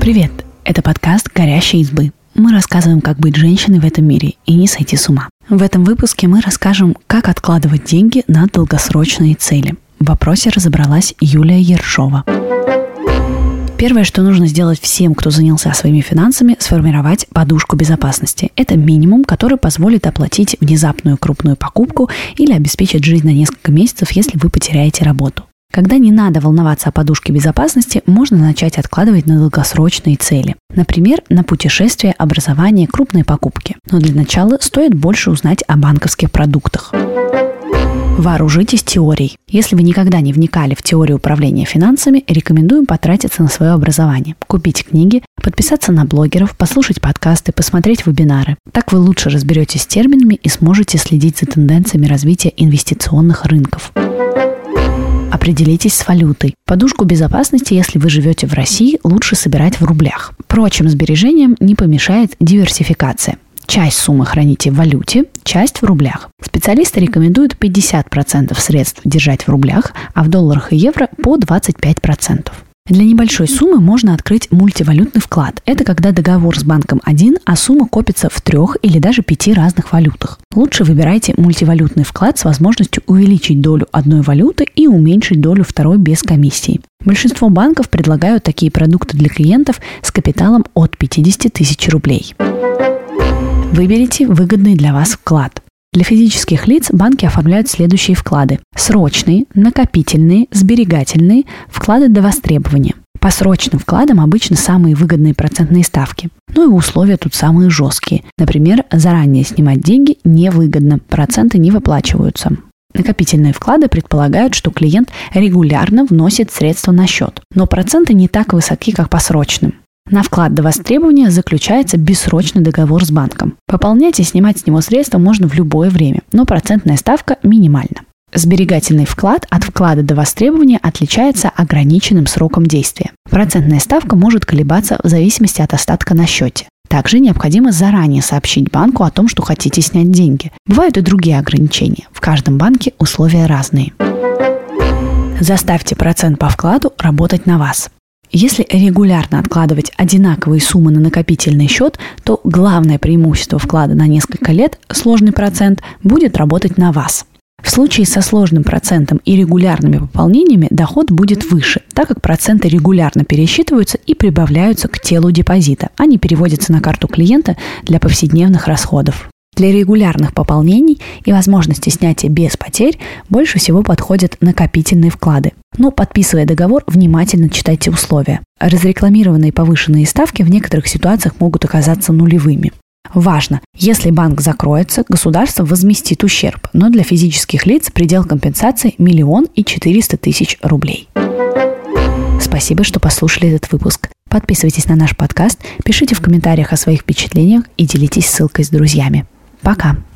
Привет! Это подкаст «Горящие избы». Мы рассказываем, как быть женщиной в этом мире и не сойти с ума. В этом выпуске мы расскажем, как откладывать деньги на долгосрочные цели. В вопросе разобралась Юлия Ершова. Первое, что нужно сделать всем, кто занялся своими финансами, сформировать подушку безопасности. Это минимум, который позволит оплатить внезапную крупную покупку или обеспечить жизнь на несколько месяцев, если вы потеряете работу. Когда не надо волноваться о подушке безопасности, можно начать откладывать на долгосрочные цели. Например, на путешествие, образование, крупные покупки. Но для начала стоит больше узнать о банковских продуктах. Вооружитесь теорией. Если вы никогда не вникали в теорию управления финансами, рекомендуем потратиться на свое образование, купить книги, подписаться на блогеров, послушать подкасты, посмотреть вебинары. Так вы лучше разберетесь с терминами и сможете следить за тенденциями развития инвестиционных рынков. Определитесь с валютой. Подушку безопасности, если вы живете в России, лучше собирать в рублях. Прочим сбережениям не помешает диверсификация. Часть суммы храните в валюте, часть в рублях. Специалисты рекомендуют 50% средств держать в рублях, а в долларах и евро по 25%. Для небольшой суммы можно открыть мультивалютный вклад. Это когда договор с банком один, а сумма копится в 3 или даже 5 разных валютах. Лучше выбирайте мультивалютный вклад с возможностью увеличить долю одной валюты и уменьшить долю второй без комиссии. Большинство банков предлагают такие продукты для клиентов с капиталом от 50 тысяч рублей. Выберите выгодный для вас вклад. Для физических лиц банки оформляют следующие вклады: срочные, накопительные, сберегательные, вклады до востребования. По срочным вкладам обычно самые выгодные процентные ставки. Ну и условия тут самые жесткие. Например, заранее снимать деньги невыгодно, проценты не выплачиваются. Накопительные вклады предполагают, что клиент регулярно вносит средства на счет, но проценты не так высоки, как по срочным. На вклад до востребования заключается бессрочный договор с банком. Пополнять и снимать с него средства можно в любое время, но процентная ставка минимальна. Сберегательный вклад от вклада до востребования отличается ограниченным сроком действия. Процентная ставка может колебаться в зависимости от остатка на счете. Также необходимо заранее сообщить банку о том, что хотите снять деньги. Бывают и другие ограничения. В каждом банке условия разные. Заставьте процент по вкладу работать на вас. Если регулярно откладывать одинаковые суммы на накопительный счет, то главное преимущество вклада на несколько лет, сложный процент, будет работать на вас. В случае со сложным процентом и регулярными пополнениями доход будет выше, так как проценты регулярно пересчитываются и прибавляются к телу депозита, а не переводятся на карту клиента для повседневных расходов. Для регулярных пополнений и возможности снятия без потерь больше всего подходят накопительные вклады. Но, подписывая договор, внимательно читайте условия. Разрекламированные повышенные ставки в некоторых ситуациях могут оказаться нулевыми. Важно, если банк закроется, государство возместит ущерб, но для физических лиц предел компенсации 1 400 000 рублей. Спасибо, что послушали этот выпуск. Подписывайтесь на наш подкаст, пишите в комментариях о своих впечатлениях и делитесь ссылкой с друзьями. Пока!